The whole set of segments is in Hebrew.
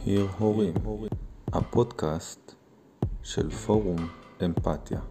עיר הורים, הפודקאסט של פורום אמפתיה.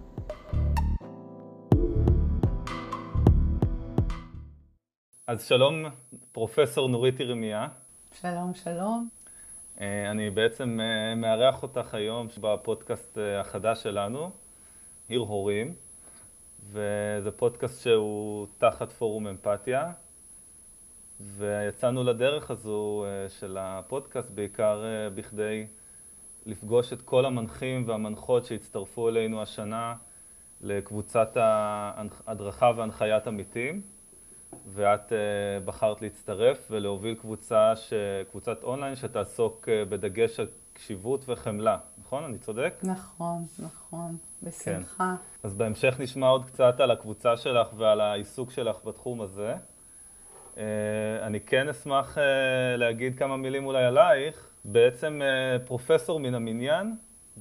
אז שלום, פרופסור נורית ירמיה. שלום, שלום. אני בעצם מארח אותך היום בפודקאסט החדש שלנו, עיר הורים, וזה פודקאסט שהוא תחת פורום אמפתיה, ויצאנו לדרך הזו של הפודקאסט בעיקר בכדי לפגוש את כל המנחים והמנחות שהצטרפו אלינו השנה לקבוצת ההדרכה והנחיית עמיתים, ואת בחרת להצטרף ולהוביל קבוצת אונליין שתעסוק בדגש על קשיבות וחמלה, נכון? אני צודק? נכון, בשמחה. כן. אז בהמשך נשמע עוד קצת על הקבוצה שלך ועל העיסוק שלך בתחום הזה. אני כן אשמח להגיד כמה מילים אולי עלייך. בעצם פרופסור מן המניין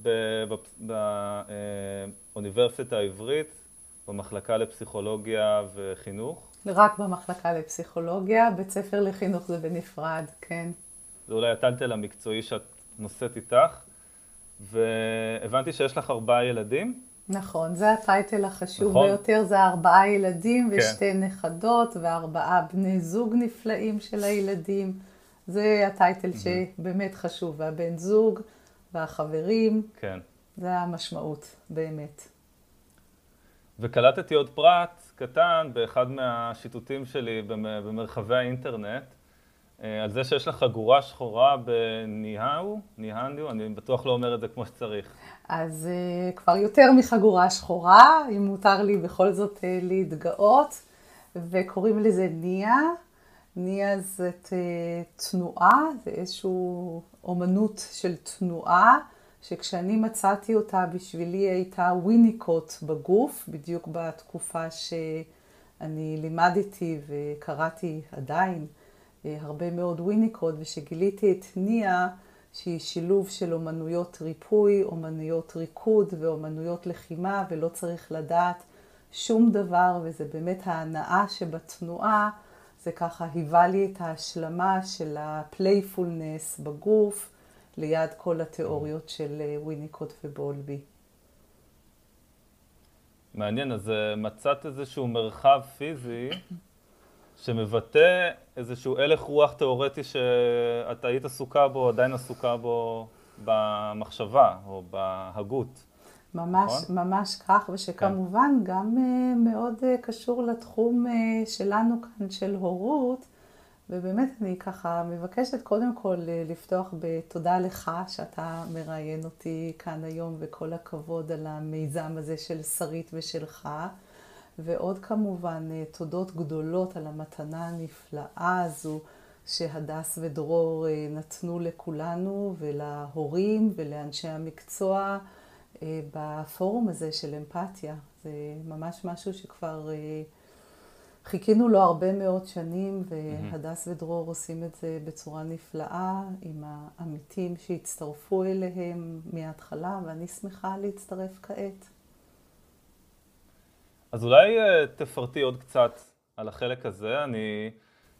באוניברסיטה העברית, במחלקה לפסיכולוגיה וחינוך. רק במחלקה לפסיכולוגיה, בית ספר לחינוך זה בנפרד, כן. זה אולי הטלטל המקצועי שאת נושאת איתך, והבנתי שיש לך 4 ילדים. נכון, זה הטייטל החשוב ביותר, זה 4 ילדים ו2 נכדות ו4 בני זוג נפלאים של הילדים. זה הטייטל שבאמת חשוב, והבן זוג והחברים, כן. זה המשמעות באמת. וקלטתי עוד פרט קטן באחד מהשיטוטים שלי במרחבי האינטרנט, על זה שיש לך חגורה שחורה ניהנדיו, אני בטוח לא אומר את זה כמו שצריך. אז כבר יותר מחגורה שחורה, אם מותר לי בכל זאת להתגאות, וקוראים לזה ניה זאת תנועה, זה איזושהי אומנות של תנועה, שכשאני מצאתי אותה בשבילי הייתה וויניקוט בגוף, בדיוק בתקופה שאני לימדתי וקראתי עדיין הרבה מאוד וויניקוט, ושגיליתי את ניה, שהיא שילוב של אומנויות ריפוי, אומנויות ריקוד ואומנויות לחימה, ולא צריך לדעת שום דבר, וזה באמת ההנאה שבתנועה, זה ככה היווה לי את ההשלמה של הפלייפולנס בגוף, ליד כל התיאוריות של וויניקוט ובולבי. מעניין, אז מצאת איזשהו מרחב פיזי שמבטא איזשהו הלך רוח תיאורטי שאת היית עסוקה בו, עדיין עסוקה בו במחשבה או בהגות. ממש כך, ושכמובן גם מאוד קשור לתחום שלנו כאן של הורות, ובאמת אני ככה מבקשת קודם כל לפתוח בתודה לך שאתה מראיין אותי כאן היום, וכל הכבוד על המיזם הזה של שרית ושלך. ועוד כמובן תודות גדולות על המתנה הנפלאה הזו שהדס ודרור נתנו לכולנו ולהורים ולאנשי המקצוע בפורום הזה של אמפתיה. זה ממש משהו שכבר חיכינו לו הרבה מאוד שנים, והדס ודרור עושים את זה בצורה נפלאה עם העמיתים שהצטרפו אליהם מההתחלה, ואני שמחה להצטרף כעת. אז אולי תפרטי עוד קצת על החלק הזה. אני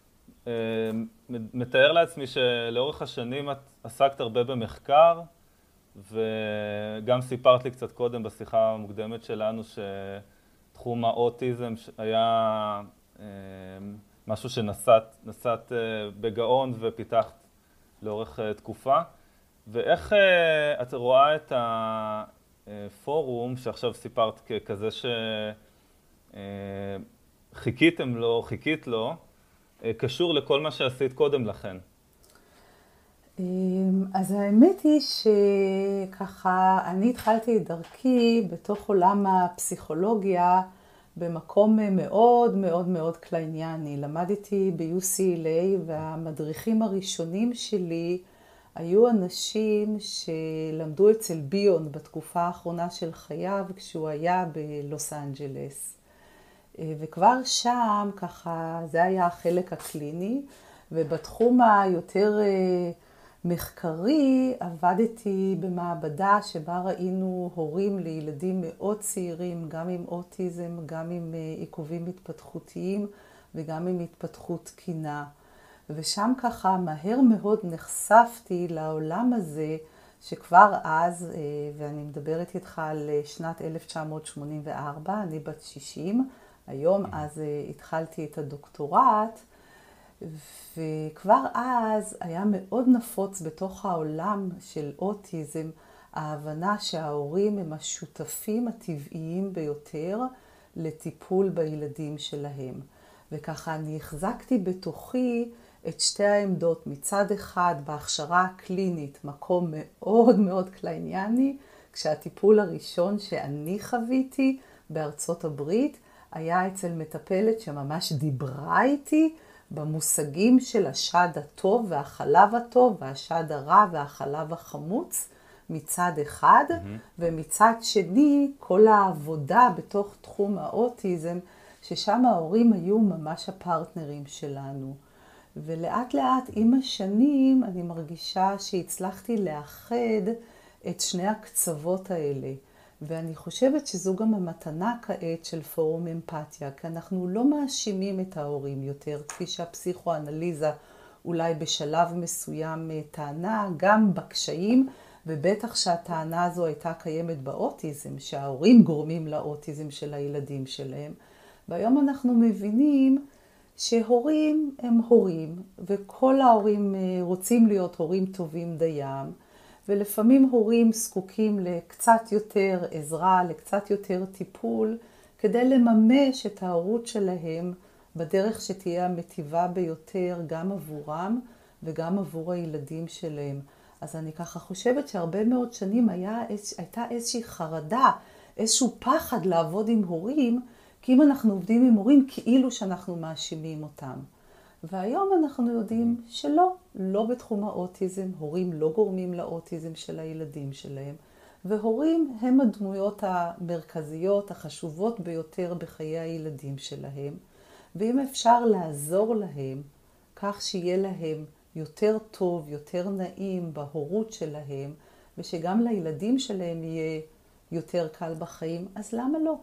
מתאר לעצמי שלאורך השנים את עסקת הרבה במחקר, וגם סיפרת לי קצת קודם בשיחה המוקדמת שלנו שתחום האוטיזם היה משהו שנסעת בגאון ופיתחת לאורך תקופה. ואיך את רואה את הפורום שעכשיו סיפרת ככזה חיכית לו, קשור לכל מה שעשית קודם לכן? אז האמת היא שככה אני התחלתי את דרכי בתוך עולם הפסיכולוגיה במקום מאוד מאוד מאוד קלייניאני. למדתי ב-UCLA, והמדריכים הראשונים שלי היו אנשים שלמדו אצל ביון בתקופה האחרונה של חייו כשהוא היה בלוס אנג'לס. וכבר שם ככה זה היה החלק הקליני, ובתחום היותר מחקרי עבדתי במעבדה שבה ראינו הורים לילדים מאוד צעירים, גם עם אוטיזם, גם עם עיכובים התפתחותיים וגם עם התפתחות תקינה. ושם ככה מהר מאוד נחשפתי לעולם הזה, שכבר אז, ואני מדברת איתך על שנת 1984, אני בת 60, היום אז התחלתי את הדוקטורט, וכבר אז היה מאוד נפוץ בתוך העולם של אוטיזם, ההבנה שההורים הם השותפים הטבעיים ביותר לטיפול בילדים שלהם. וככה אני החזקתי בתוכי את שתי העמדות, מצד אחד בהכשרה הקלינית, מקום מאוד מאוד קלייניאני, כשהטיפול הראשון שאני חוויתי בארצות הברית היה אצל מטפלת שממש דיברה איתי במושגים של השד הטוב והחלב הטוב והשד הרע והחלב החמוץ מצד אחד, ומצד שני כל העבודה בתוך תחום האוטיזם, ששם ההורים היו ממש הפרטנרים שלנו. ולאט לאט עם השנים אני מרגישה שהצלחתי לאחד את שני הקצוות האלה. ואני חושבת שזו גם המתנה כעת של פורום אמפתיה, כי אנחנו לא מאשימים את ההורים יותר, כפי שהפסיכואנליזה אולי בשלב מסוים טענה, גם בקשיים, ובטח שהטענה הזו הייתה קיימת באוטיזם, שההורים גורמים לאוטיזם של הילדים שלהם. והיום אנחנו מבינים שהורים הם הורים, וכל ההורים רוצים להיות הורים טובים דיים, ולפעמים הורים זקוקים לקצת יותר עזרה, לקצת יותר טיפול, כדי לממש את ההורות שלהם בדרך שתהיה המטיבה ביותר גם עבורם וגם עבור הילדים שלהם. אז אני ככה חושבת שהרבה מאוד שנים הייתה איזושהי חרדה, איזשהו פחד לעבוד עם הורים, כי אם אנחנו עובדים עם הורים כאילו שאנחנו מאשימים אותם. והיום אנחנו יודעים שלא, לא בתחום האוטיזם, הורים לא גורמים לאוטיזם של הילדים שלהם, והורים הם הדמויות המרכזיות, החשובות ביותר בחיי הילדים שלהם, ואם אפשר לעזור להם, כך שיהיה להם יותר טוב, יותר נעים בהורות שלהם, ושגם לילדים שלהם יהיה יותר קל בחיים, אז למה לא?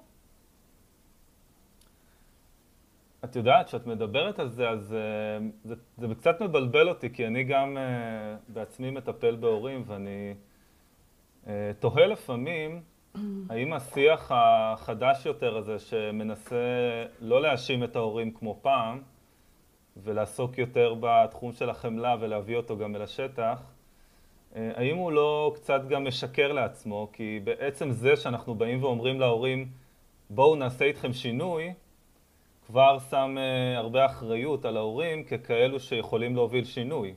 את יודעת, שאת מדברת על זה, אז זה קצת מבלבל אותי, כי אני גם בעצמי מטפל בהורים, ואני תוהה לפעמים, האם השיח החדש יותר הזה, שמנסה לא להאשים את ההורים כמו פעם, ולעסוק יותר בתחום של החמלה ולהביא אותו גם אל השטח, האם הוא לא קצת גם משקר לעצמו? כי בעצם זה שאנחנו באים ואומרים להורים, בואו נעשה איתכם שינוי, כבר שם הרבה אחריות על ההורים ככאלו שיכולים להוביל שינוי.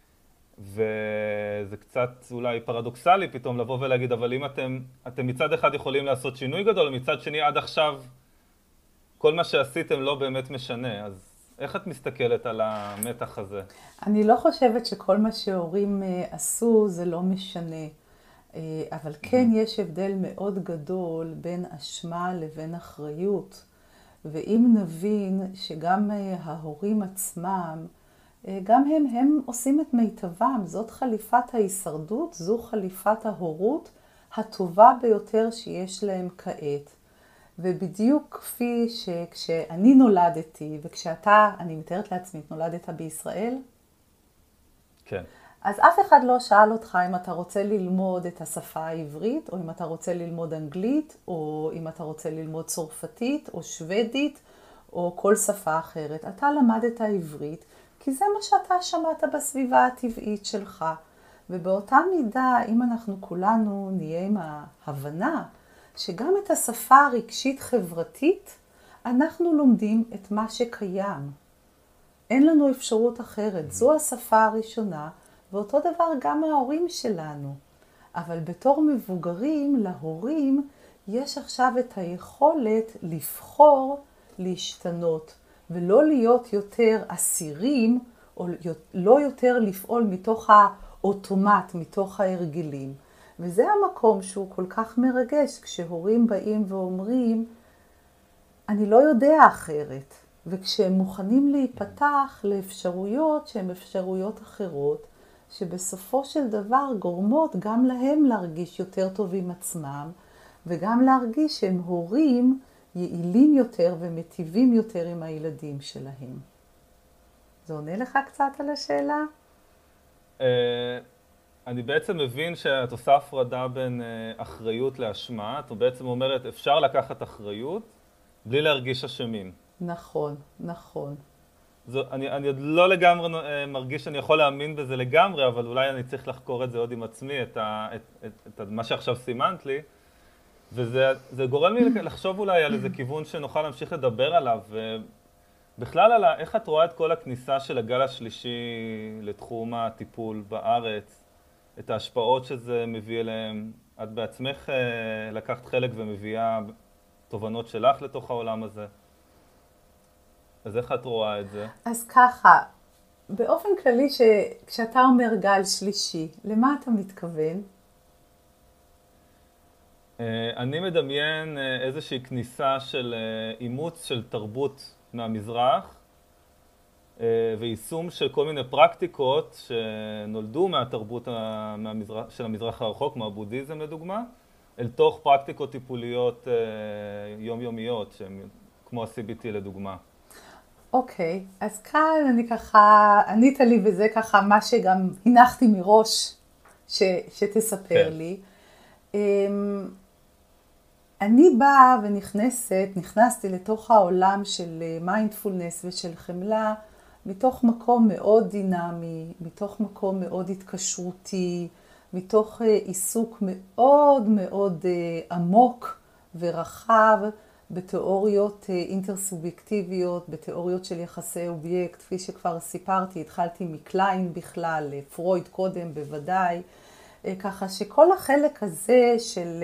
וזה קצת אולי פרדוקסלי פתאום לבוא ולהגיד, אבל אם אתם מצד אחד יכולים לעשות שינוי גדול, ומצד שני עד עכשיו כל מה שעשיתם לא באמת משנה. אז איך את מסתכלת על המתח הזה? אני לא חושבת שכל מה שהורים עשו זה לא משנה. אבל כן יש הבדל מאוד גדול בין אשמה לבין אחריות. ואם נבין שגם ההורים עצמם, גם הם עושים את מיטבם, זאת חליפת ההישרדות, זו חליפת ההורות הטובה ביותר שיש להם כעת. ובדיוק כפי שכשאני נולדתי, וכשאתה, אני מתארת לעצמי, נולדת בישראל? כן. אז אף אחד לא שאל אותך אם אתה רוצה ללמוד את השפה העברית, או אם אתה רוצה ללמוד אנגלית, או אם אתה רוצה ללמוד צרפתית, או שוודית, או כל שפה אחרת. אתה למדת עברית, כי זה מה שאתה שמעת בסביבה הטבעית שלך. ובאותה מידה, אם אנחנו כולנו נהיה עם ההבנה, שגם את השפה הרגשית חברתית, אנחנו לומדים את מה שקיים. אין לנו אפשרות אחרת. זו השפה הראשונה, ואותו דבר גם ההורים שלנו. אבל בתור מבוגרים, להורים, יש עכשיו את היכולת לבחור להשתנות, ולא להיות יותר אסירים, או לא יותר לפעול מתוך האוטומט, מתוך ההרגלים. וזה המקום שהוא כל כך מרגש, כשהורים באים ואומרים, אני לא יודע אחרת. וכשהם מוכנים להיפתח לאפשרויות שהן אפשרויות אחרות, שבסופו של דבר גורמות גם להם להרגיש יותר טוב עם עצמם, וגם להרגיש שהם הורים יעילים יותר ומטיבים יותר עם הילדים שלהם. זה עונה לך קצת על השאלה? אני בעצם מבין שאת עושה הפרדה בין אחריות לאשמה. את בעצם אומרת, אפשר לקחת אחריות בלי להרגיש אשמים. נכון, נכון. אני עוד לא לגמרי מרגיש שאני יכול להאמין בזה לגמרי, אבל אולי אני צריך לחקור את זה עוד עם עצמי, את מה שעכשיו סימנת לי. וזה גורם לי לחשוב אולי על איזה כיוון שנוכל להמשיך לדבר עליו. בכלל על איך את רואה את כל הכניסה של הגל השלישי לתחום הטיפול בארץ, את ההשפעות שזה מביא אליהם. את בעצמך לקחת חלק ומביאה תובנות שלך לתוך העולם הזה. אז איך את רואה את זה? אז ככה, באופן כללי כשאתה אומר גל שלישי, למה אתה מתכוון? אני מדמיין איזושהי כניסה של אימוץ של תרבות מהמזרח, ויישום של כל מיני פרקטיקות שנולדו מהתרבות של המזרח הרחוק, מהבודהיזם לדוגמה, אל תוך פרקטיקות טיפוליות יומיומיות, כמו ה-CBT לדוגמה. אוקיי, אז כאן אני ככה, ענית לי וזה ככה מה שגם הנחתי מראש שתספר לי. אני באה נכנסתי לתוך העולם של מיינדפולנס ושל חמלה, מתוך מקום מאוד דינמי, מתוך מקום מאוד התקשרותי, מתוך עיסוק מאוד מאוד עמוק ורחב בתיאוריות אינטרסובייקטיביות, בתיאוריות של יחסי אובייקט, כפי שכבר סיפרתי, התחלתי מקליין בכלל, פרויד קודם בוודאי, ככה שכל החלק הזה של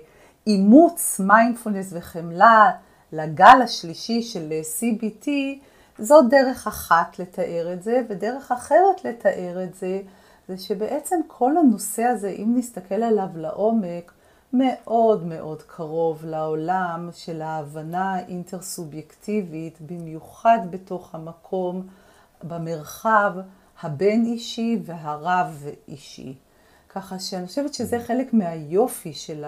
אימוץ מיינדפולנס וחמלה לגל השלישי של CBT, זו דרך אחת לתאר את זה, ודרך אחרת לתאר את זה, זה שבעצם כל הנושא הזה, אם נסתכל עליו לעומק, מאוד מאוד קרוב לעולם של ההבנה האינטרסובייקטיבית, במיוחד בתוך המקום, במרחב הבין אישי והרב אישי. ככה שאני חושבת שזה חלק מהיופי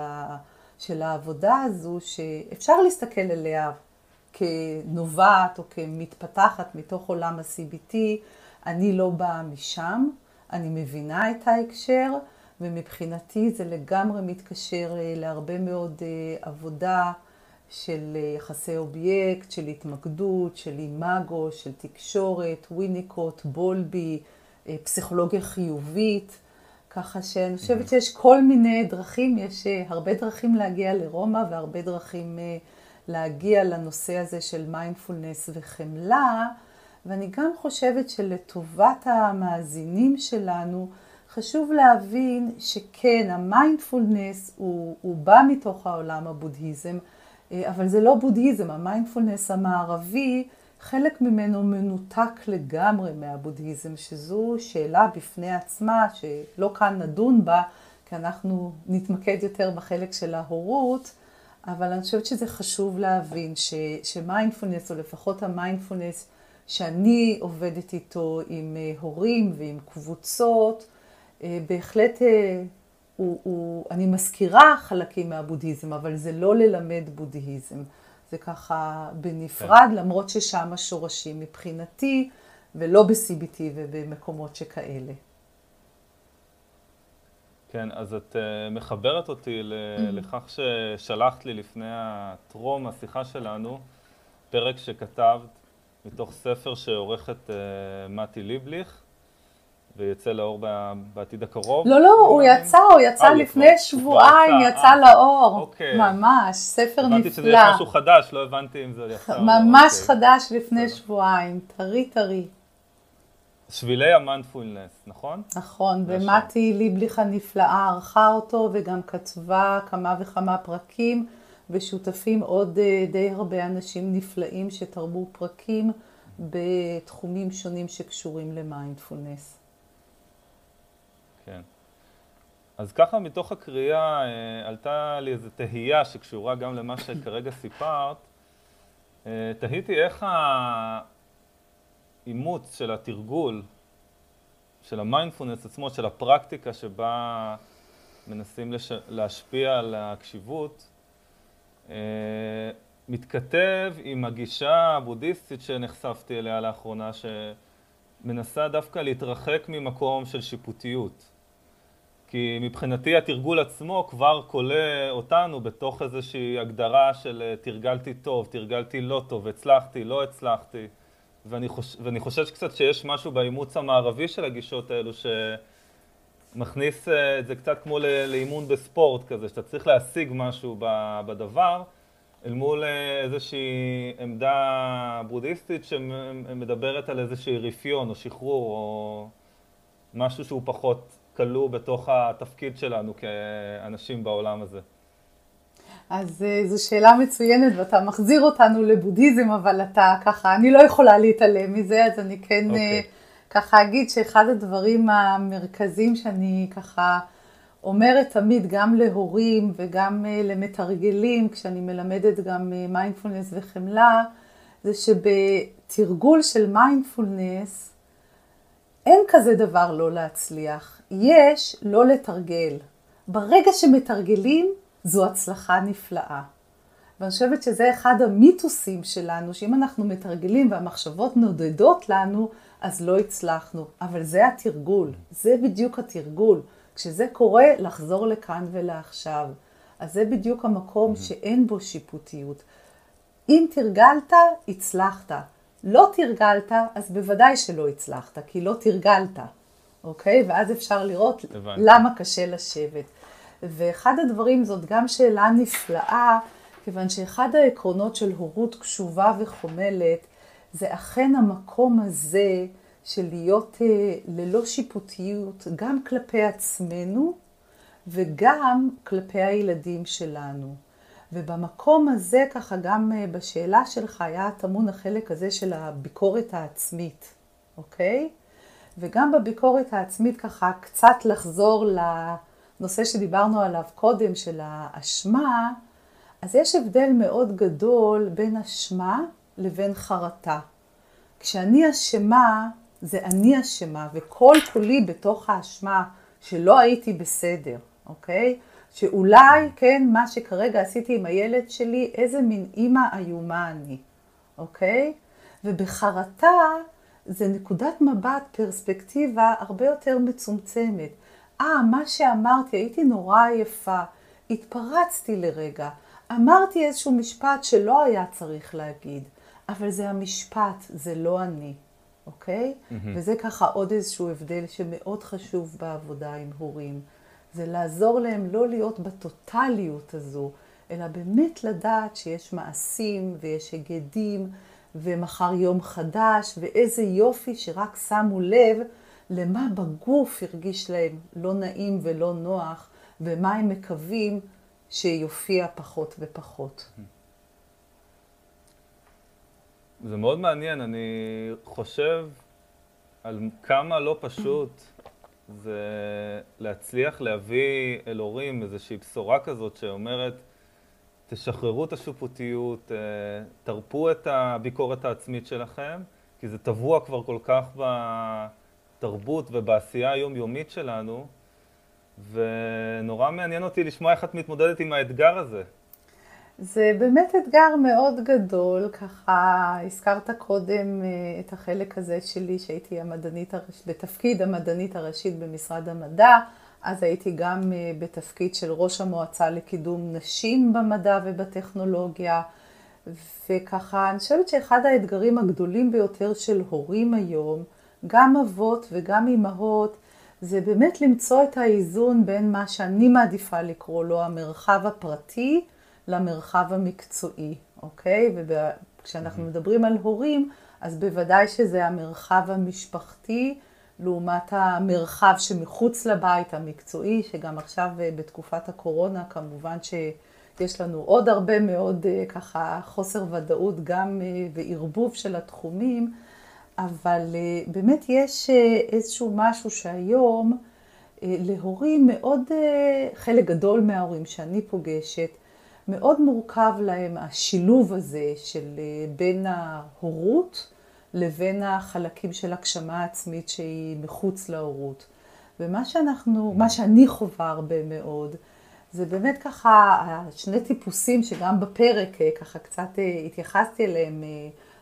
של העבודה הזו, שאפשר להסתכל אליה כנובעת או כמתפתחת מתוך עולם ה-CBT. אני לא באה משם, אני מבינה את ההקשר, ומבחינתי זה לגמרי מתקשר להרבה מאוד עבודה של יחסי אובייקט, של התמקדות, של אימאגו, של תקשורת, וויניקוט, בולבי, פסיכולוגיה חיובית. ככה שאני חושבת שיש כל מיני דרכים, יש הרבה דרכים להגיע לרומא והרבה דרכים להגיע לנושא הזה של מיינדפולנס וחמלה, ואני גם חושבת שלטובת המאזינים שלנו חשוב להבין שכן, המיינדפולנס הוא בא מתוך העולם הבודהיזם, אבל זה לא בודהיזם, המיינדפולנס המערבי, חלק ממנו מנותק לגמרי מהבודהיזם, שזו שאלה בפני עצמה, שלא כאן נדון בה, כי אנחנו נתמקד יותר בחלק של ההורות, אבל אני חושבת שזה חשוב להבין שמיינדפולנס, או לפחות המיינדפולנס שאני עובדת איתו עם הורים ועם קבוצות, בהחלט אני מזכירה חלקים מהבודהיזם, אבל זה לא ללמד בודהיזם. זה ככה בנפרד, למרות ששם השורשים מבחינתי, ולא ב-CBT ובמקומות שכאלה. כן, אז את מחברת אותי לכך ששלחת לי לפני הטרום השיחה שלנו, פרק שכתבת מתוך ספר שעורכת מתי ליבליך, ויצא לאור בעתיד הקרוב. לא, הוא יצא לפני שבועיים, יצא לאור. ממש, ספר נפלא. הבנתי שזה יש משהו חדש, לא הבנתי אם זה יצא. ממש חדש לפני שבועיים, טרי. שבילי המיינדפולנס, נכון? נכון, ומתי ליבליך הנפלאה ערכה אותו, וגם כתבה כמה וכמה פרקים, ושותפים עוד די הרבה אנשים נפלאים שתרמו פרקים בתחומים שונים שקשורים למיינדפולנס. כן. אז ככה מתוך הקריאה עלתה לי איזו תהייה שקשורה גם למה שכרגע סיפרת. תהיתי איך האימוץ של התרגול, של המיינדפולנס עצמו, של הפרקטיקה שבה מנסים להשפיע על הקשיבות, מתכתב עם הגישה הבודהיסטית שנחשפתי אליה לאחרונה, מנסה דווקא להתרחק ממקום של שיפוטיות. כי מבחינתי התרגול עצמו כבר כולל אותנו בתוך איזושהי הגדרה של תרגלתי טוב, תרגלתי לא טוב, הצלחתי, לא הצלחתי. ואני חושש קצת שיש משהו באימוץ המערבי של הגישות האלו שמכניס את זה קצת כמו לאימון בספורט כזה, שאתה צריך להשיג משהו בדבר, אל מול איזושהי עמדה בודהיסטית שמדברת על איזושהי רפיון או שחרור או משהו שהוא פחות כלוא בתוך התפקיד שלנו כאנשים בעולם הזה. אז זו שאלה מצוינת ואתה מחזיר אותנו לבודהיזם, אבל אתה ככה, אני לא יכולה להתעלם מזה, אז אני כן ככה אגיד שאחד הדברים המרכזיים שאני ככה אומרת תמיד גם להורים וגם למתרגלים, כשאני מלמדת גם מיינדפולנס וחמלה, זה שבתרגול של מיינדפולנס אין כזה דבר לא להצליח. יש לא לתרגל. ברגע שמתרגלים, זו הצלחה נפלאה. ואני חושבת שזה אחד המיתוסים שלנו, שאם אנחנו מתרגלים והמחשבות נודדות לנו, אז לא הצלחנו. אבל זה התרגול, זה בדיוק התרגול. כשזה קורה, לחזור לכאן ולעכשיו. אז זה בדיוק המקום שאין בו שיפוטיות. אם תרגלת, הצלחת. לא תרגלת, אז בוודאי שלא הצלחת, כי לא תרגלת. אוקיי? ואז אפשר לראות למה קשה לשבת. ואחד הדברים זאת גם שאלה נפלאה, כיוון שאחד העקרונות של הורות קשובה וחומלת, זה אכן המקום הזה של להיות ללא שיפוטיות, גם כלפי עצמנו וגם כלפי הילדים שלנו. ובמקום הזה, ככה גם בשאלה שלך, היה טמון החלק הזה של הביקורת העצמית, אוקיי? וגם בביקורת העצמית ככה קצת לחזור לנושא שדיברנו עליו קודם של האשמה, אז יש הבדל מאוד גדול בין אשמה לבין חרטה. כשאני אשמה, זה אני אשמה, וכל כולי בתוך האשמה שלא הייתי בסדר, אוקיי? שאולי, כן, מה שכרגע עשיתי עם הילד שלי, איזה מין אימא איומה אני, אוקיי? ובחרטה זה נקודת מבט, פרספקטיבה הרבה יותר מצומצמת. מה שאמרתי, הייתי נורא יפה, התפרצתי לרגע, אמרתי איזשהו משפט שלא היה צריך להגיד, אבל זה המשפט, זה לא אני, אוקיי? וזה ככה עוד איזשהו הבדל שמאוד חשוב בעבודה עם הורים. זה לעזור להם לא להיות בטוטליות הזו, אלא באמת לדעת שיש מעשים ויש היגדים, ומחר יום חדש, ואיזה יופי שרק שמו לב למה בגוף הרגיש להם לא נעים ולא נוח, ומה הם מקווים שיופיע פחות ופחות. זה מאוד מעניין, אני חושב על כמה לא פשוט זה להצליח להביא אל הורים איזושהי בשורה כזאת שאומרת, תשחררו את השיפוטיות, תרפו את הביקורת העצמית שלכם, כי זה טבוע כבר כל כך בתרבות ובעשייה היומיומית שלנו, ונורא מעניין אותי לשמוע איך את מתמודדת עם האתגר הזה. זה באמת אתגר מאוד גדול, ככה הזכרת קודם את החלק הזה שלי שהייתי בתפקיד המדענית הראשית במשרד המדע, אז הייתי גם בתפקיד של ראש המועצה לקידום נשים במדע ובטכנולוגיה, וככה אני חושבת שאחד האתגרים הגדולים ביותר של הורים היום, גם אבות וגם אמהות, זה באמת למצוא את האיזון בין מה שאני מעדיפה לקרוא לו המרחב הפרטי למרחב המקצועי, אוקיי? וכשאנחנו מדברים על הורים, אז בוודאי שזה המרחב המשפחתי, לעומת המרחב שמחוץ לבית המקצועי, שגם עכשיו בתקופת הקורונה כמובן שיש לנו עוד הרבה מאוד ככה חוסר ודאות גם וערבוב של התחומים, אבל באמת יש איזשהו משהו שהיום להורים מאוד, חלק גדול מההורים שאני פוגשת, מאוד מורכב להם השילוב הזה של בין ההורות לבין החלקים של הגשמה עצמית שהיא מחוץ להורות. ומה שאני חווה הרבה מאוד, זה באמת ככה שני טיפוסים שגם בפרק ככה קצת התייחסתי אליהם,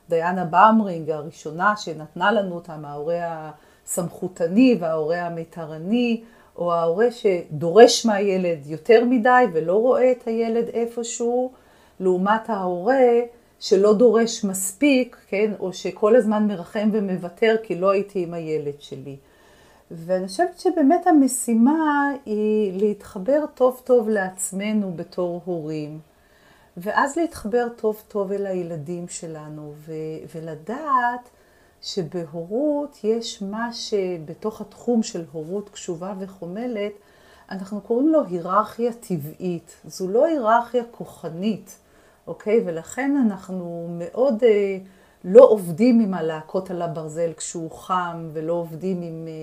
דיאנה באומרינג הראשונה שנתנה לנו אותם, ההורה הסמכותני וההורה המתרני, או ההורה שדורש מהילד יותר מדי ולא רואה את הילד איפשהו, לעומת ההורה שלא דורש מספיק, כן? או שכל הזמן מרחם ומוותר כי לא הייתי עם הילד שלי. ואני חושבת שבאמת המשימה היא להתחבר טוב טוב לעצמנו בתור הורים, ואז להתחבר טוב טוב אל הילדים שלנו, ולדעת שבהורות יש מה שבתוך התחום של הורות קשובה וחומלת, אנחנו קוראים לו היררכיה טבעית. זו לא היררכיה כוחנית, אוקיי? ולכן אנחנו מאוד לא עובדים עם הלהקות על הברזל כשהוא חם, ולא עובדים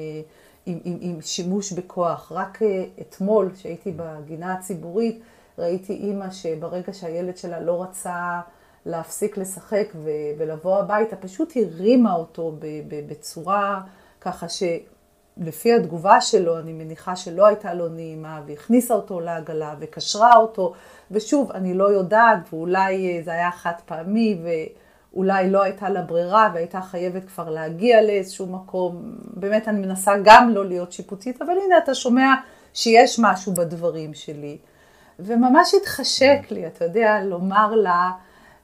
עם שימוש בכוח. רק אתמול, שהייתי בגינה הציבורית, ראיתי אימא שברגע שהילד שלה לא רצה להפסיק לשחק ולבוא הביתה, פשוט הרימה אותו בצורה ככה שלפי התגובה שלו, אני מניחה שלא הייתה לו נעימה, והכניסה אותו לעגלה וקשרה אותו, ושוב, אני לא יודעת, ואולי זה היה חד פעמי, ואולי לא הייתה לה ברירה, והייתה חייבת כבר להגיע לאיזשהו מקום. באמת אני מנסה גם לא להיות שיפוטית, אבל הנה אתה שומע שיש משהו בדברים שלי. וממש התחשק לי, אתה יודע, לומר לה,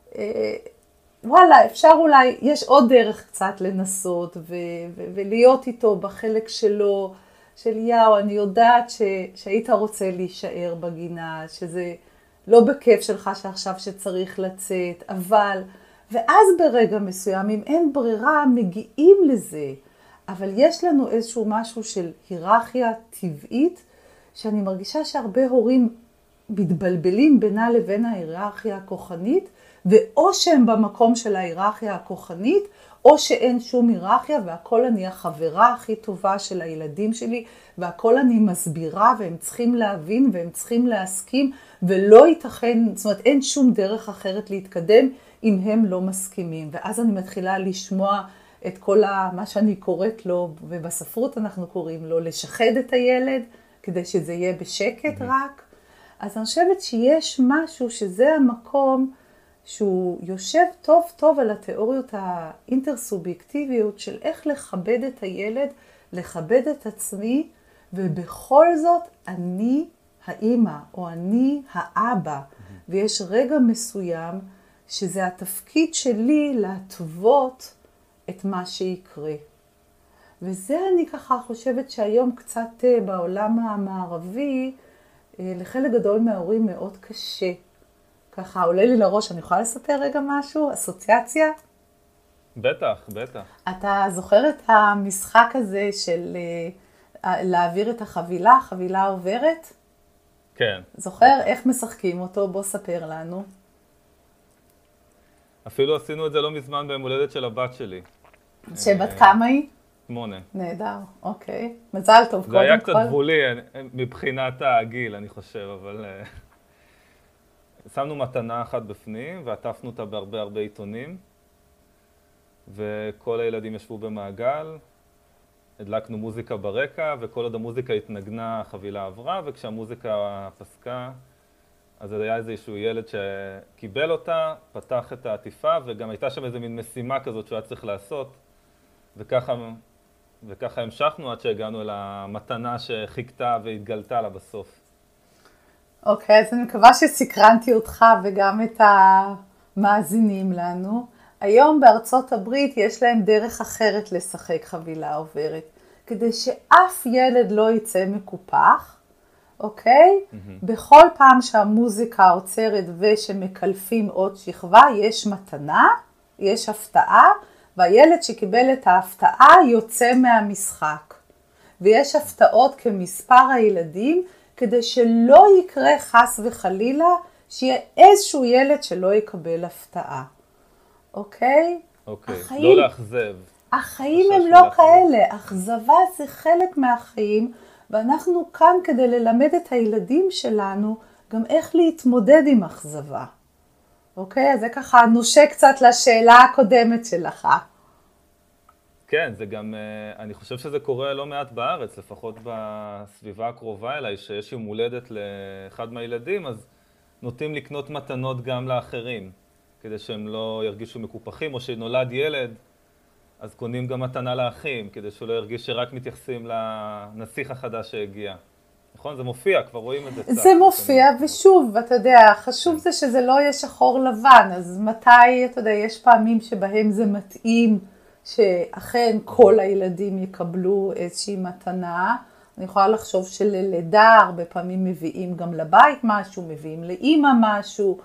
וואלה, אפשר אולי, יש עוד דרך קצת לנסות, ולהיות איתו בחלק שלו, של יאו, אני יודעת שהיית רוצה להישאר בגינה, שזה לא בכיף שלך שעכשיו שצריך לצאת, אבל, ואז ברגע מסוים, אם אין ברירה, מגיעים לזה, אבל יש לנו איזשהו משהו של היררכיה טבעית, שאני מרגישה שהרבה הורים מתבלבלים בינה לבין ההיררכיה הכוחנית, ואו שהם במקום של ההיררכיה הכוחנית, או שאין שום היררכיה, והכל אני החברה הכי טובה של הילדים שלי, והכל אני מסבירה, והם צריכים להבין, והם צריכים להסכים, ולא ייתכן, זאת אומרת, אין שום דרך אחרת להתקדם, אם הם לא מסכימים. ואז אני מתחילה לשמוע את כל מה שאני קוראת לו, ובספרות אנחנו קוראים לו, לשחד את הילד, כדי שזה יהיה בשקט רק. אז אני חושבת שיש משהו שזה המקום שהוא יושב טוב טוב על התיאוריות האינטרסובייקטיביות של איך לכבד את הילד, לכבד את עצמי, ובכל זאת אני האמא או אני האבא. ויש רגע מסוים שזה התפקיד שלי להתוות את מה שיקרה. וזה אני ככה חושבת שהיום קצת בעולם המערבי, לחלק גדול מההורים מאוד קשה. ככה עולה לי לראש, אני יכולה לספר רגע משהו? אסוציאציה? בטח, בטח. אתה זוכר את המשחק הזה של להעביר את החבילה, החבילה עוברת? כן. זוכר איך משחקים אותו? בוא ספר לנו. אפילו עשינו את זה לא מזמן ביום הולדת של הבת שלי. שבת כמה היא? 8. נהדר, אוקיי. מזל טוב, קודם כל. זה היה קצת גבולי מבחינת הגיל, אני חושב, אבל שמנו מתנה אחת בפנים ועטפנו אותה בהרבה הרבה עיתונים, וכל הילדים ישבו במעגל, הדלקנו מוזיקה ברקע, וכל עוד המוזיקה התנגנה, החבילה עברה, וכשהמוזיקה פסקה, אז היה איזשהו ילד שקיבל אותה, פתח את העטיפה, וגם הייתה שם איזו מין משימה כזאת שהוא היה צריך לעשות, וככה המשכנו עד שהגענו אל המתנה שחיכתה והתגלתה לה בסוף. אוקיי, אז אני מקווה שסקרנתי אותך וגם את המאזינים לנו. היום בארצות הברית יש להם דרך אחרת לשחק חבילה עוברת, כדי שאף ילד לא יצא מקופח, אוקיי? בכל פעם שהמוזיקה עוצרת ושמקלפים עוד שכבה, יש מתנה, יש הפתעה, והילד שקיבל את ההפתעה יוצא מהמשחק. ויש הפתעות כמספר הילדים, כדי שלא יקרה חס וחלילה, שיהיה איזשהו ילד שלא יקבל הפתעה. אוקיי? אוקיי, לא לאכזב. החיים הם לא כאלה, אכזבה זה חלק מהחיים, ואנחנו כאן כדי ללמד את הילדים שלנו גם איך להתמודד עם אכזבה. אוקיי? אז זה ככה נושא קצת לשאלה הקודמת שלך. כן, זה גם, אני חושב שזה קורה לא מעט בארץ, לפחות בסביבה הקרובה אליי, שיש יום הולדת לאחד מהילדים, אז נוטים לקנות מתנות גם לאחרים. כדי שהם לא ירגישו מקופחים, או שנולד ילד, אז קונים גם מתנה לאחים, כדי שהוא לא ירגיש שרק מתייחסים לנסיך החדש שהגיע. נכון? זה מופיע, כבר רואים את זה. זה מופיע, ושוב, אתה יודע, חשוב זה שזה לא יהיה שחור לבן, אז מתי, אתה יודע, יש פעמים שבהם זה מתאים, שאכן כל הילדים יקבלו איזושהי מתנה. אני יכולה לחשוב שללידה הרבה פעמים מביאים גם לבית משהו, מביאים לאמא משהו,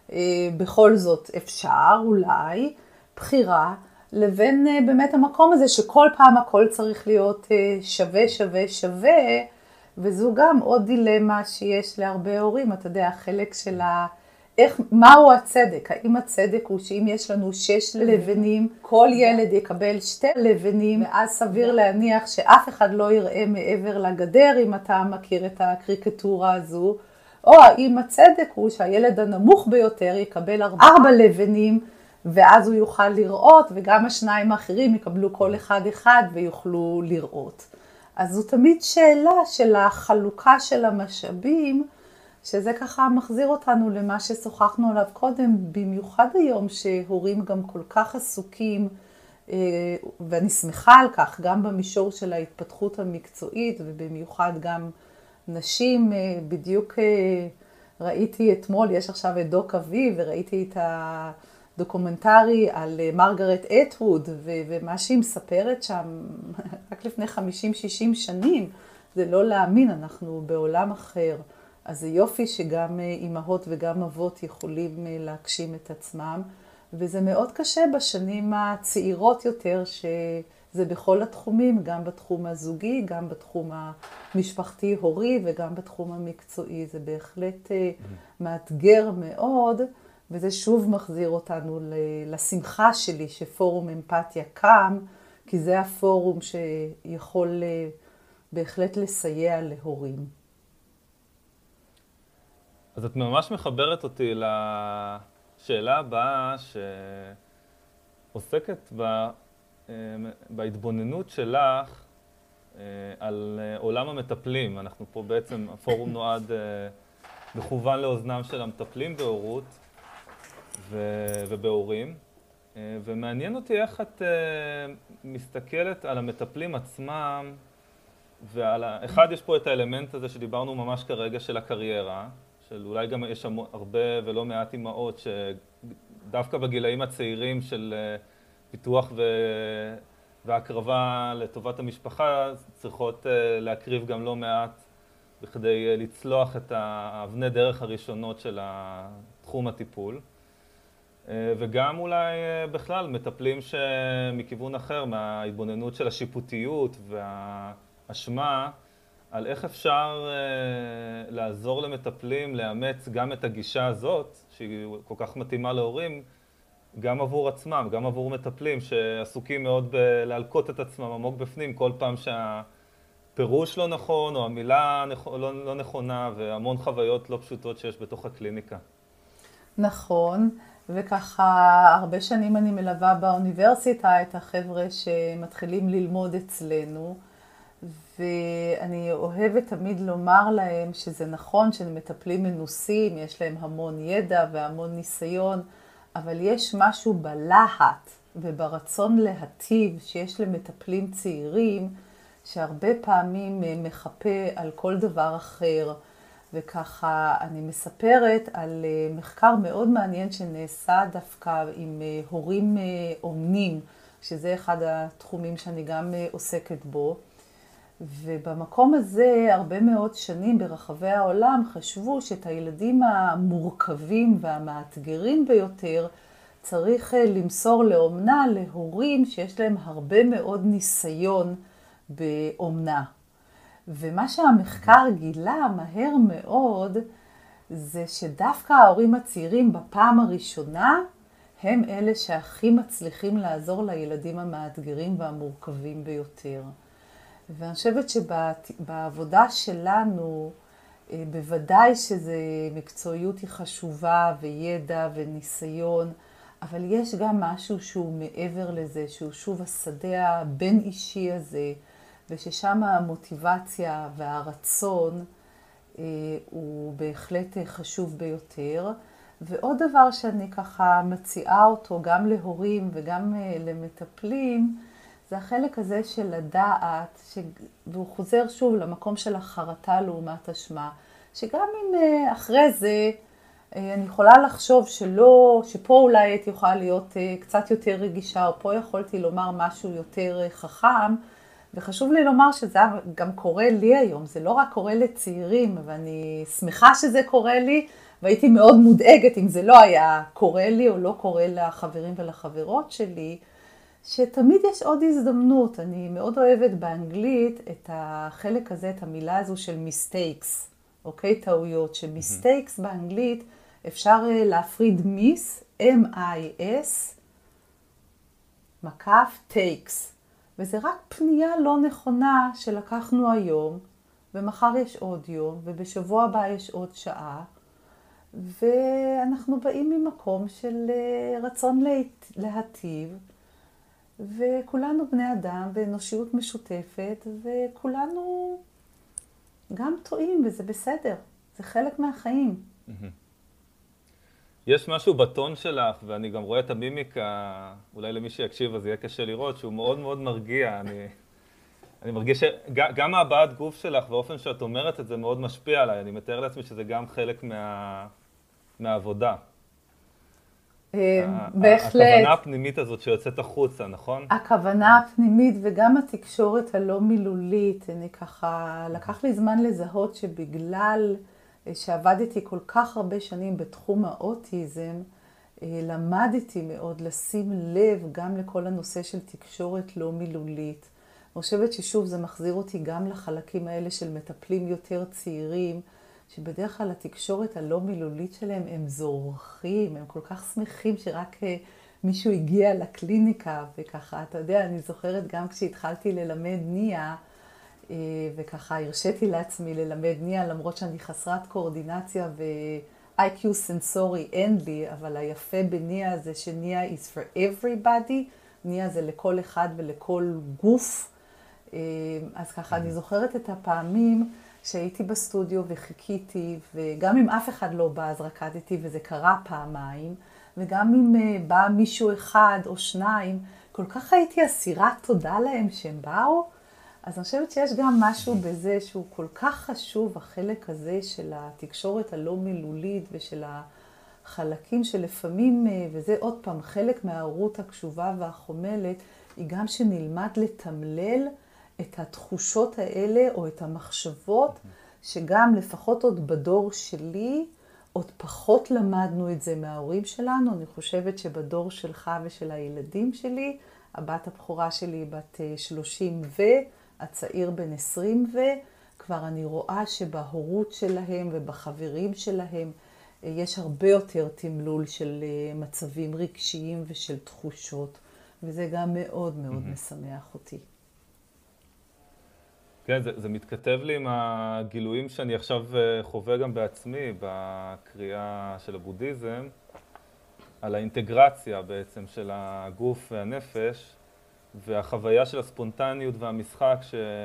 בכל זאת אפשר אולי, בחירה, לבין באמת המקום הזה שכל פעם הכל צריך להיות שווה, שווה, שווה, וזו גם עוד דילמה שיש להרבה הורים, אתה יודע, החלק של מהו הצדק? האם הצדק הוא שאם יש לנו 6 לבנים, כל ילד יקבל 2 לבנים, ואז סביר להניח שאף אחד לא יראה מעבר לגדר, אם אתה מכיר את הקריקטורה הזו, או האם הצדק הוא שהילד הנמוך ביותר יקבל 4 לבנים, ואז הוא יוכל לראות, וגם השניים האחרים יקבלו כל אחד ויוכלו לראות. אז זו תמיד שאלה של החלוקה של המשאבים, שזה ככה מחזיר אותנו למה ששוחחנו עליו קודם, במיוחד היום שהורים גם כל כך עסוקים, ואני שמחה על כך, גם במישור של ההתפתחות המקצועית, ובמיוחד גם נשים. בדיוק ראיתי אתמול, יש עכשיו את דוק אביב, וראיתי את הדוקומנטרי על מרגרט אטווד, ומה שהיא מספרת שם, רק לפני 50-60 שנים, זה לא להאמין, אנחנו בעולם אחר. אז זה יופי שגם אימהות וגם אבות יכולים להגשים את עצמם, וזה מאוד קשה בשנים הצעירות יותר, שזה בכל התחומים, גם בתחום הזוגי, גם בתחום המשפחתי-הורי וגם בתחום המקצועי. זה בהחלט מאתגר מאוד, וזה שוב מחזיר אותנו לשמחה שלי שפורום אמפתיה קם, כי זה הפורום שיכול בהחלט לסייע להורים. אז את ממש מחברת אותי לשאלה הבאה שעוסקת בהתבוננות שלך על עולם המטפלים. אנחנו פה בעצם, הפורום נועד מכוון לאוזנם של המטפלים בהורות ובהורים. ומעניין אותי איך את מסתכלת על המטפלים עצמם, אחד, יש פה את האלמנט הזה שדיברנו ממש כרגע של הקריירה, של אולי גם יש הרבה ולא מעט אימהות שדווקא בגילאים הצעירים של פיתוח והקרבה לטובת המשפחה צריכות להקריב גם לא מעט בכדי לצלוח את האבני דרך הראשונות של תחום הטיפול. וגם אולי בכלל מטפלים שמכיוון אחר, מההתבוננות של השיפוטיות והאשמה, על איך אפשר לעזור למטפלים לאמץ גם את הגישה הזאת, שהיא כל כך מתאימה להורים, גם עבור עצמם, גם עבור מטפלים שעסוקים מאוד בלהלקות את עצמם עמוק בפנים, כל פעם שהפירוש לא נכון או המילה לא נכונה, והמון חוויות לא פשוטות שיש בתוך הקליניקה. נכון, וככה הרבה שנים אני מלווה באוניברסיטה את החבר'ה שמתחילים ללמוד אצלנו, ואני אוהבת תמיד לומר להם שזה נכון שהם מטפלים מנוסים, יש להם המון ידע והמון ניסיון, אבל יש משהו בלהט וברצון להטיב שיש למטפלים צעירים, שהרבה פעמים מחפה על כל דבר אחר. וככה אני מספרת על מחקר מאוד מעניין שנעשה דווקא עם הורים אומנים, שזה אחד התחומים שאני גם עוסקת בו. ובמקום הזה הרבה מאוד שנים ברחבי העולם חשבו שאת הילדים המורכבים והמאתגרים ביותר צריך למסור לאומנה להורים שיש להם הרבה מאוד ניסיון באומנה. ומה שהמחקר גילה מהר מאוד זה שדווקא ההורים הצעירים בפעם הראשונה הם אלה שהכי מצליחים לעזור לילדים המאתגרים והמורכבים ביותר. ואני חושבת שבעבודה שלנו, בוודאי שזה מקצועיות היא חשובה וידע וניסיון, אבל יש גם משהו שהוא מעבר לזה, שהוא שוב השדה הבין אישי הזה, וששם המוטיבציה והרצון הוא בהחלט חשוב ביותר. ועוד דבר שאני ככה מציעה אותו גם להורים וגם למטפלים, זה החלק הזה של לדעת, והוא חוזר שוב למקום של החרטה לעומת אשמה, שגם אם אחרי זה אני יכולה לחשוב שפה אולי הייתי יכולה להיות קצת יותר רגישה, או פה יכולתי לומר משהו יותר חכם, וחשוב לי לומר שזה גם קורה לי היום, זה לא רק קורה לצעירים, ואני שמחה שזה קורה לי, והייתי מאוד מודאגת אם זה לא היה קורה לי או לא קורה לחברים ולחברות שלי, שתמיד יש עוד הזדמנות. אני מאוד אוהבת באנגלית את החלק הזה, את המילה הזו של mistakes, אוקיי? טעויות, שmistakes באנגלית אפשר להפריד miss, M-I-S, מקף takes. וזה רק פנייה לא נכונה שלקחנו היום, ומחר יש עוד יום, ובשבוע הבא יש עוד שעה, ואנחנו באים ממקום של רצון להטיב, וכולנו בני אדם ואנושיות משותפת, וכולנו גם טועים, וזה בסדר. זה חלק מהחיים. יש משהו בטון שלך, ואני גם רואה את המימיקה, אולי למי שיקשיב אז יהיה קשה לראות, שהוא מאוד מאוד מרגיע. אני מרגיש שגם ההבעת גוף שלך והאופן שאת אומרת את זה מאוד משפיע עליי. אני מתאר לעצמי שזה גם חלק מהעבודה. בהחלט. הכוונה הפנימית הזאת שיוצאת החוצה, נכון? הכוונה הפנימית וגם התקשורת הלא מילולית. אני ככה, לקח לי זמן לזהות שבגלל שעבדתי כל כך הרבה שנים בתחום האוטיזם, למדתי מאוד לשים לב גם לכל הנושא של תקשורת לא מילולית. אני חושבת ששוב זה מחזיר אותי גם לחלקים האלה של מטפלים יותר צעירים, שבדרך כלל התקשורת הלא מילולית שלהם הם זורחים, הם כל כך שמחים שרק מישהו הגיע לקליניקה, וככה, אתה יודע, אני זוכרת גם כשהתחלתי ללמד נייה, וככה הרשיתי לעצמי ללמד נייה, למרות שאני חסרת קואורדינציה ו-IQ סנסורי אין לי, אבל היפה בנייה זה שנייה is for everybody, נייה זה לכל אחד ולכל גוף. אז ככה אני זוכרת את הפעמים שהייתי בסטודיו וחיכיתי, וגם אם אף אחד לא בא אז רקדתי, וזה קרה פעמיים, וגם אם בא מישהו אחד או שניים, כל כך הייתי אסירת תודה להם שהם באו. אז אני חושבת שיש גם משהו בזה שהוא כל כך חשוב, החלק הזה של התקשורת הלא מילולית ושל החלקים שלפעמים, וזה עוד פעם חלק מההורות הקשובה והחומלת, היא גם שנלמד לתמלל את התחושות האלה או את המחשבות, שגם לפחות עוד בדור שלי, עוד פחות למדנו את זה מההורים שלנו. אני חושבת שבדור שלך ושל הילדים שלי, הבת הבכורה שלי בת 30 והצעיר בן 20 כבר אני רואה שבהורות שלהם ובחברים שלהם יש הרבה יותר תמלול של מצבים רגשיים ושל תחושות, וזה גם מאוד מאוד משמח אותי. כן, זה מתכתב לי עם הגילויים שאני עכשיו חווה גם בעצמי בקריאה של הבודהיזם, על האינטגרציה בעצם של הגוף והנפש, והחוויה של הספונטניות והמשחק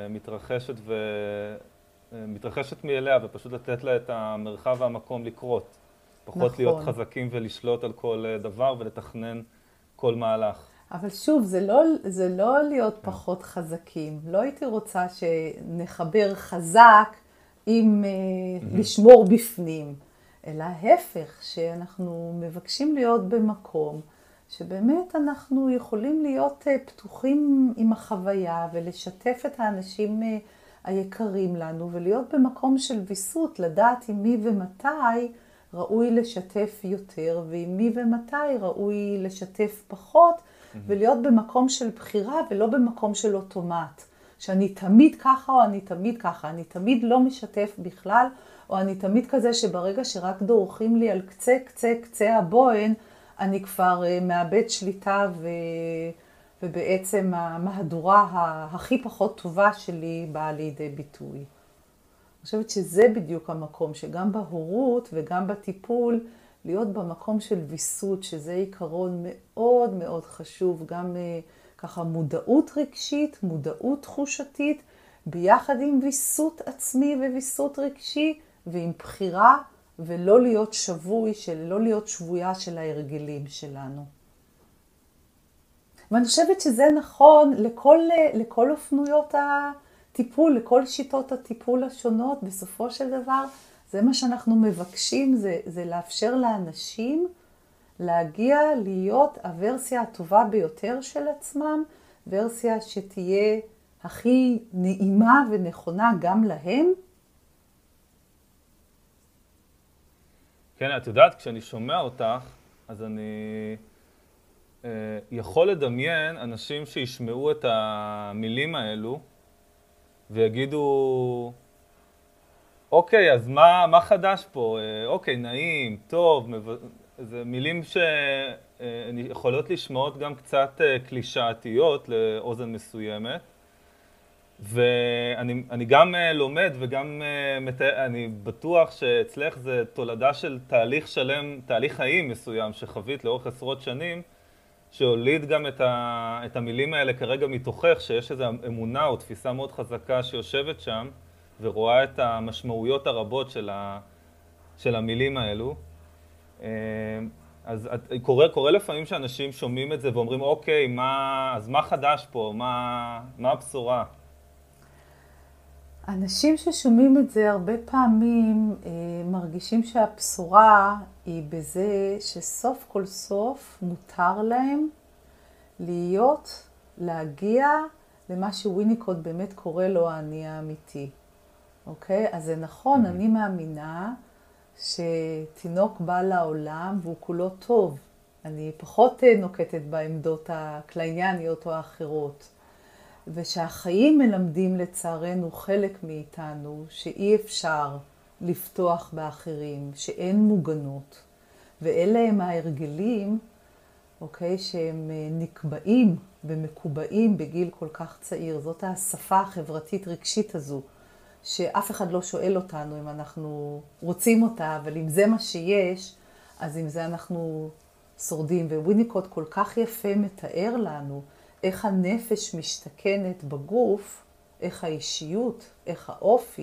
שמתרחשת מאליה, ופשוט לתת לה את המרחב והמקום לקרות. פחות נכון. להיות חזקים ולשלוט על כל דבר ולתכנן כל מהלך. אבל שוב, זה לא להיות פחות חזקים. לא הייתי רוצה שנחבר חזק עם לשמור בפנים, אלא ההפך, שאנחנו מבקשים להיות במקום שבאמת אנחנו יכולים להיות פתוחים עם החוויה ולשתף את האנשים היקרים לנו, ולהיות במקום של ויסות, לדעת עם מי ומתי ראוי לשתף יותר, ועם מי ומתי ראוי לשתף פחות, ולהיות במקום של בחירה ולא במקום של אוטומט. שאני תמיד ככה או אני תמיד ככה, אני תמיד לא משתף בכלל, או אני תמיד כזה שברגע שרק דורכים לי על קצה הבוהן, אני כבר מאבד שליטה ובעצם המהדורה הכי פחות טובה שלי באה לידי ביטוי. אני חושבת שזה בדיוק המקום, שגם בהורות וגם בטיפול, להיות במקום של ויסות, שזה עיקרון מאוד מאוד חשוב, גם ככה מודעות רגשית, מודעות תחושתית, ביחד עם ויסות עצמי וויסות רגשי, ועם בחירה ולא להיות שבוי, לא להיות שבויה של ההרגלים שלנו. ואני חושבת שזה נכון לכל אופנויות הטיפול, לכל שיטות הטיפול השונות. בסופו של דבר, זה מה שאנחנו מבקשים, זה לאפשר לאנשים להגיע להיות הוורסיה הטובה ביותר של עצמם, ורסיה שתהיה הכי נעימה ונכונה גם להם. כן, את יודעת, כשאני שומע אותך, אז אני יכול לדמיין אנשים שישמעו את המילים האלו ויגידו, אוקיי, אז מה חדש פה? אוקיי, נעים, טוב, זה מילים שיכולות לשמעות גם קצת קלישאתיות לאוזן מסוימת. ואני גם לומד וגם אני בטוח שאצלך זה תולדה של תהליך שלם, תהליך חיים מסוים שחווית לאורך עשרות שנים, שהוליד גם את המילים האלה כרגע מתוכך, שיש איזו אמונה או תפיסה מאוד חזקה שיושבת שם, ורואה את המשמעויות הרבות של המילים האלו. אז קורה לפעמים שאנשים שומעים את זה ואומרים, אוקיי, אז מה חדש פה? מה הבשורה? אנשים ששומעים את זה הרבה פעמים מרגישים שהבשורה היא בזה שסוף כל סוף מותר להם להגיע למה שוויניקוט באמת קורא לו האני האמיתי. אוקיי? אז זה נכון, אני מאמינה שתינוק בא לעולם והוא כולו טוב. אני פחות נוקטת בעמדות הקלייניאניות או האחרות. ושהחיים מלמדים לצערנו חלק מאיתנו שאי אפשר לפתוח באחרים, שאין מוגנות. ואלה הם ההרגלים, אוקיי, שהם נקבעים ומקובעים בגיל כל כך צעיר. זאת השפה החברתית רגשית הזו, שאף אחד לא שואל אותנו אם אנחנו רוצים אותה, אבל אם זה מה שיש, אז עם זה אנחנו שורדים. וויניקוט כל כך יפה מתאר לנו איך הנפש משתכנת בגוף, איך האישיות, איך האופי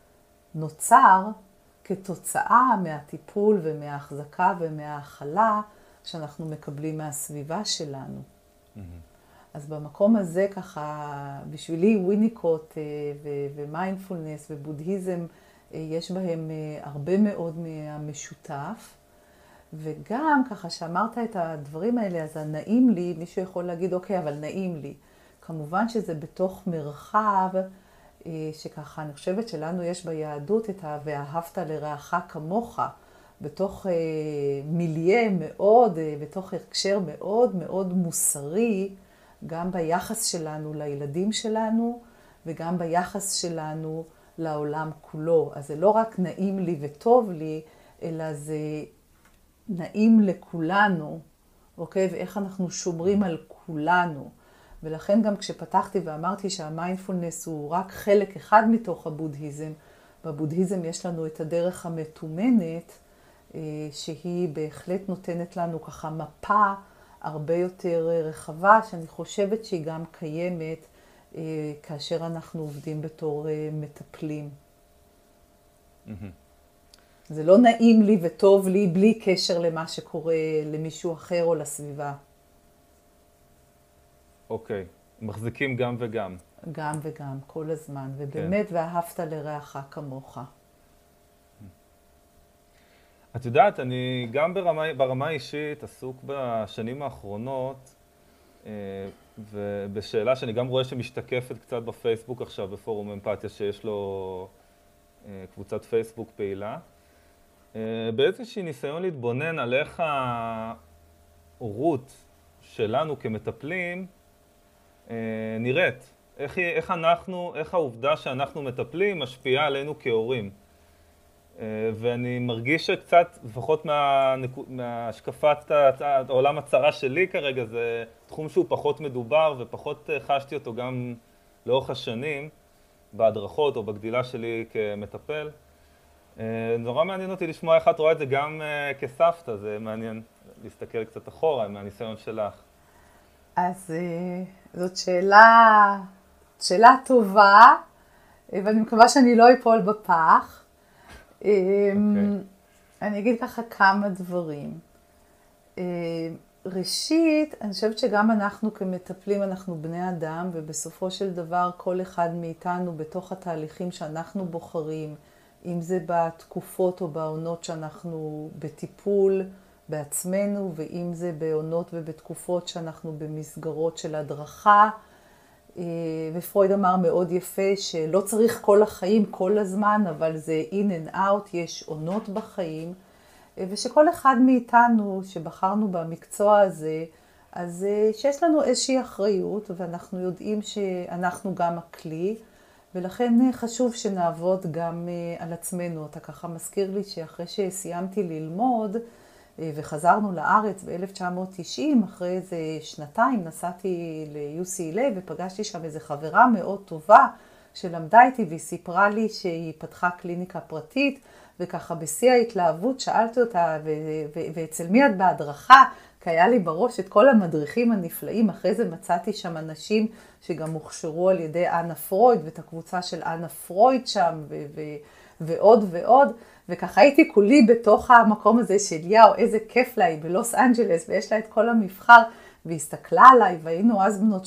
נוצר כתוצאה מהטיפול ומההחזקה ומהאכלה שאנחנו מקבלים מהסביבה שלנו. אז במקום הזה ככה, בשבילי וויניקוט ומיינדפולנס ובודהיזם, יש בהם הרבה מאוד מהמשותף. וגם ככה שאמרת את הדברים האלה, אז הנעים לי, מישהו יכול להגיד, אוקיי, אבל נעים לי. כמובן שזה בתוך מרחב, שככה אני חושבת שלנו יש ביהדות את ואהבת לרעך כמוך, בתוך מיליה מאוד, בתוך הקשר מאוד מאוד מוסרי, גם ביחס שלנו לילדים שלנו, וגם ביחס שלנו לעולם כולו. אז זה לא רק נעים לי וטוב לי, אלא זה נעים לכולנו, אוקיי? ואיך אנחנו שומרים על כולנו. ולכן גם כשפתחתי ואמרתי שהמיינדפולנס הוא רק חלק אחד מתוך הבודהיזם, בבודהיזם יש לנו את הדרך המתומנת, שהיא בהחלט נותנת לנו ככה מפה הרבה יותר רחבה, שאני חושבת שהיא גם קיימת כאשר אנחנו עובדים בתור מטפלים. זה לא נעים לי וטוב לי בלי קשר למה שקורה למישהו אחר או לסביבה. אוקיי, מחזיקים גם וגם. גם וגם, כל הזמן. ובאמת, ואהבת לרעך כמוך. את יודעת, אני גם ברמה האישית עסוק בשנים האחרונות, ובשאלה שאני גם רואה שמשתקפת קצת בפייסבוק עכשיו, בפורום אמפתיה, שיש לו קבוצת פייסבוק פעילה. באיזשהו ניסיון להתבונן על איך ההורות שלנו כמטפלים נראית. איך העובדה שאנחנו מטפלים משפיעה עלינו כהורים. ואני מרגיש שקצת, לפחות מהשקפת העולם הצרה שלי כרגע, זה תחום שהוא פחות מדובר ופחות חשתי אותו גם לאורך השנים, בהדרכות או בגדילה שלי כמטפל. נורא מעניין אותי לשמוע איך את רואה את זה גם כסבתא, זה מעניין להסתכל קצת אחורה מהניסיון שלך. אז זאת שאלה טובה, ואני מקווה שאני לא אפול בפח. אני אגיד ככה כמה דברים. ראשית, אני חושבת שגם אנחנו כמטפלים, אנחנו בני אדם, ובסופו של דבר כל אחד מאיתנו בתוך התהליכים שאנחנו בוחרים, אם זה בתקופות או בעונות שאנחנו בטיפול בעצמנו, ואם זה בעונות ובתקופות שאנחנו במסגרות של הדרכה. ופרויד אמר מאוד יפה שלא צריך כל החיים כל הזמן, אבל זה in and out, יש עונות בחיים. ושכל אחד מאיתנו שבחרנו במקצוע הזה, אז שיש לנו איזושהי אחריות, ואנחנו יודעים שאנחנו גם הכלי, ולכן חשוב שנעבוד גם על עצמנו. אתה ככה מזכיר לי שאחרי שסיימתי ללמוד, וחזרנו לארץ ב-1990, אחרי איזה שנתיים נסעתי ל-UCLA, ופגשתי שם איזו חברה מאוד טובה שלמדה איתי, והיא סיפרה לי שהיא פתחה קליניקה פרטית, וככה בשיא ההתלהבות שאלתי אותה, ואצל מי את בהדרכה? כי היה לי בראש את כל המדריכים הנפלאים. אחרי זה מצאתי שם אנשים שגם הוכשרו על ידי אנה פרויד, ואת הקבוצה של אנה פרויד שם, ועוד ועוד. וככה הייתי כולי בתוך המקום הזה של יאו, איזה כיף לה, היא בלוס אנג'לס, ויש לה את כל המבחר, והיא הסתכלה עליי, והיינו אז בנות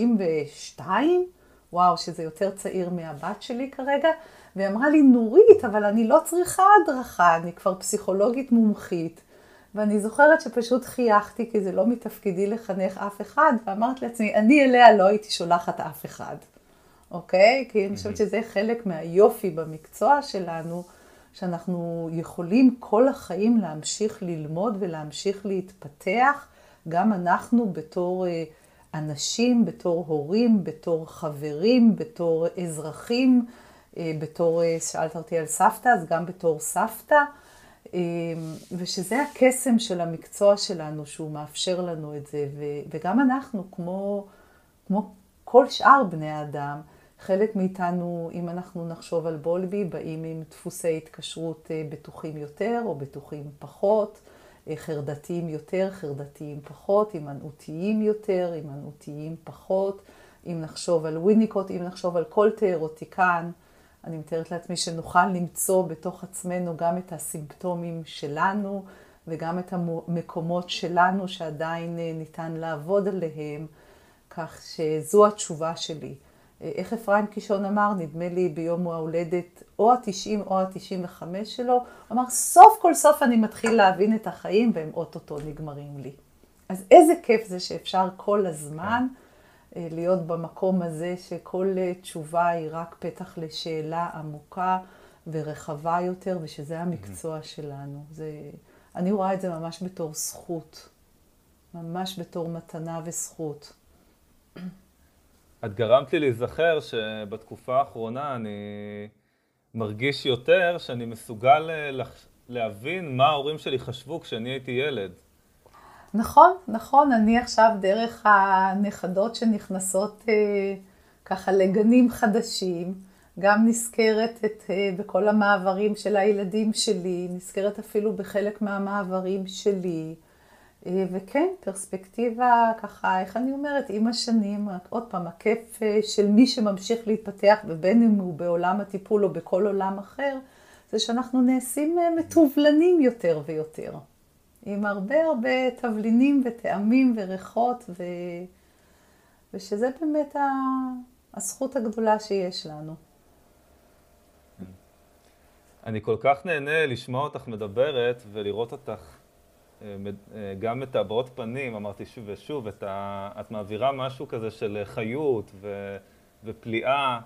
32, וואו, שזה יותר צעיר מהבת שלי כרגע, והיא אמרה לי, נורית, אבל אני לא צריכה הדרכה, אני כבר פסיכולוגית מומחית. ואני זוכרת שפשוט חייכתי, כי זה לא מתפקידי לחנך אף אחד, ואמרת לעצמי, אני אליה לא הייתי שולחת אף אחד. אוקיי? כי אני חושבת שזה חלק מהיופי במקצוע שלנו, שאנחנו יכולים כל החיים להמשיך ללמוד ולהמשיך להתפתח, גם אנחנו בתור אנשים, בתור הורים, בתור חברים, בתור אזרחים, בתור, שאלת אותי על סבתא, אז גם בתור סבתא, ושזה הקסם של המקצוע שלנו, שהוא מאפשר לנו את זה, וגם אנחנו, כמו כל שאר בני האדם, חלק מאיתנו, אם אנחנו נחשוב על בולבי, באים עם דפוסי התקשרות בטוחים יותר או בטוחים פחות, חרדתיים יותר, חרדתיים פחות, הימנעותיים יותר, הימנעותיים פחות. אם נחשוב על וויניקוט, אם נחשוב על כל תיאורטיקן, אני מתארת לעצמי שנוכל למצוא בתוך עצמנו גם את הסימפטומים שלנו, וגם את המקומות שלנו שעדיין ניתן לעבוד עליהם, כך שזו התשובה שלי. איך אפרים קישון אמר, נדמה לי ביום ההולדת או ה-90 או ה-95 שלו, הוא אמר, סוף כל סוף אני מתחיל להבין את החיים והם אוטוטו נגמרים לי. אז איזה כיף זה שאפשר כל הזמן להיות במקום הזה, שכל תשובה היא רק פתח לשאלה עמוקה ורחבה יותר, ושזה המקצוע שלנו. אני רואה את זה ממש בתור זכות, ממש בתור מתנה וזכות. את גרמת לי להיזכר שבתקופה האחרונה אני מרגיש יותר שאני מסוגל להבין מה ההורים שלי חשבו כשאני הייתי ילד. נכון. אני עכשיו דרך הנכדות שנכנסות ככה לגנים חדשים, גם נזכרת בכל המעברים של הילדים שלי, נזכרת אפילו בחלק מהמעברים שלי. וכן, פרספקטיבה ככה, איך אני אומרת, עם השנים, עוד פעם, הכיף של מי שממשיך להתפתח, ובין אם הוא בעולם הטיפול או בכל עולם אחר, זה שאנחנו נעשים מתובלנים יותר ויותר. עם הרבה תבלינים וטעמים וריחות, ושזה באמת הזכות הגדולה שיש לנו. אני כל כך נהנה לשמוע אותך מדברת ולראות אותך גם את הבעות פנים, אמרתי שוב ושוב, את מעבירה משהו כזה של חיות ופליאה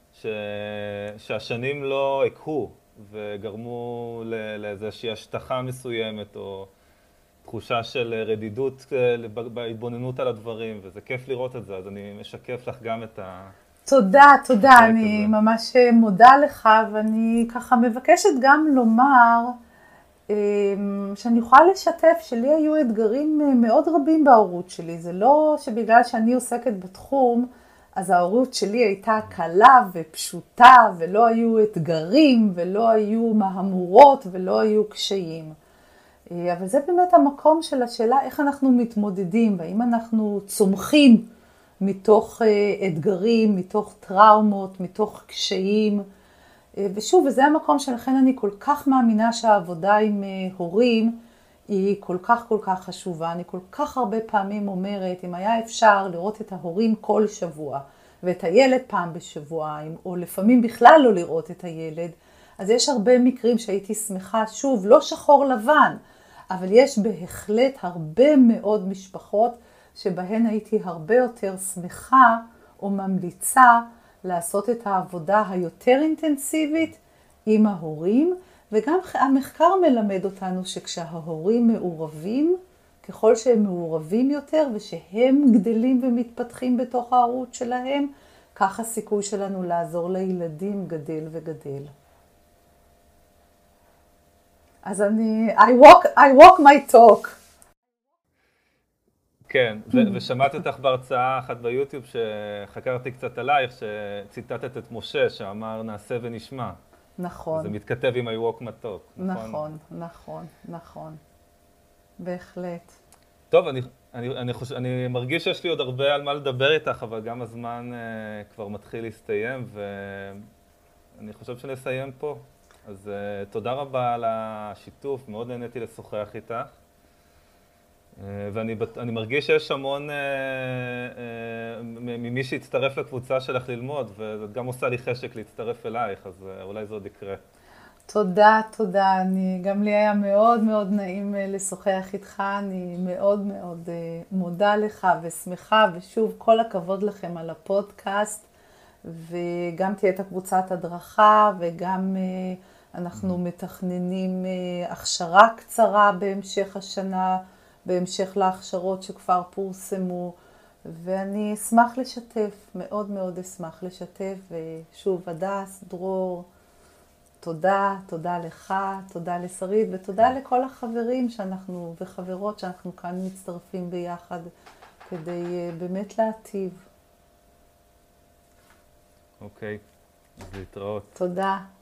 שהשנים לא הקהו וגרמו לאיזושהי השטחה מסוימת או תחושה של רדידות בהתבוננות על הדברים, וזה כיף לראות את זה, אז אני משקף לך גם את ה... תודה, אני ממש מודה לך, ואני ככה מבקשת גם לומר שאני יכולה לשתף שלי היו אתגרים מאוד רבים בהורות שלי. זה לא שבגלל שאני עוסקת בתחום, אז ההורות שלי הייתה קלה ופשוטה, ולא היו אתגרים, ולא היו מהמורות, ולא היו קשיים. אבל זה באמת המקום של השאלה איך אנחנו מתמודדים, והאם אנחנו צומחים מתוך אתגרים, מתוך טראומות, מתוך קשיים, ושוב, וזה המקום שלכן אני כל כך מאמינה שהעבודה עם הורים היא כל כך חשובה. אני כל כך הרבה פעמים אומרת, אם היה אפשר לראות את ההורים כל שבוע, ואת הילד פעם בשבוע, או לפעמים בכלל לא לראות את הילד, אז יש הרבה מקרים שהייתי שמחה, שוב, לא שחור לבן, אבל יש בהחלט הרבה מאוד משפחות שבהן הייתי הרבה יותר שמחה או ממליצה לעשות את העבודה היותר אינטנסיבית עם ההורים, וגם המחקר מלמד אותנו שכשההורים מעורבים, ככל שהם מעורבים יותר ושהם גדלים ומתפתחים בתוך הערוץ שלהם, כך הסיכוי שלנו לעזור לילדים גדל וגדל. אז I walk my talk. כן, ושמעתי אותך בהרצאה אחת ביוטיוב שחקרתי קצת עלייך, שציטטת את משה שאמר נעשה ונשמע. נכון. זה מתכתב עם I walk my talk. נכון. בהחלט. טוב, אני מרגיש שיש לי עוד הרבה על מה לדבר איתך, אבל גם הזמן כבר מתחיל להסתיים, ואני חושב שנסיים פה. אז תודה רבה על השיתוף, מאוד נהניתי לשוחח איתך. ואני מרגיש שיש המון ממי שהצטרף לקבוצה שלך ללמוד, ואת גם עושה לי חשק להצטרף אלייך, אז אולי זה עוד יקרה. תודה. גם לי היה מאוד נעים לשוחח איתך, אני מאוד מודה לך ושמחה, ושוב כל הכבוד לכם על הפודקאסט, וגם תהיה את הקבוצת הדרכה, וגם אנחנו מתכננים הכשרה קצרה בהמשך השנה, בהמשך להכשרות שכבר פורסמו, ואני אשמח לשתף, מאוד אשמח לשתף, ושוב הדס, דרור, תודה לך, תודה לשרית, ותודה לכל החברים וחברות שאנחנו כאן מצטרפים ביחד, כדי באמת להטיב. אוקיי, אז להתראות. תודה.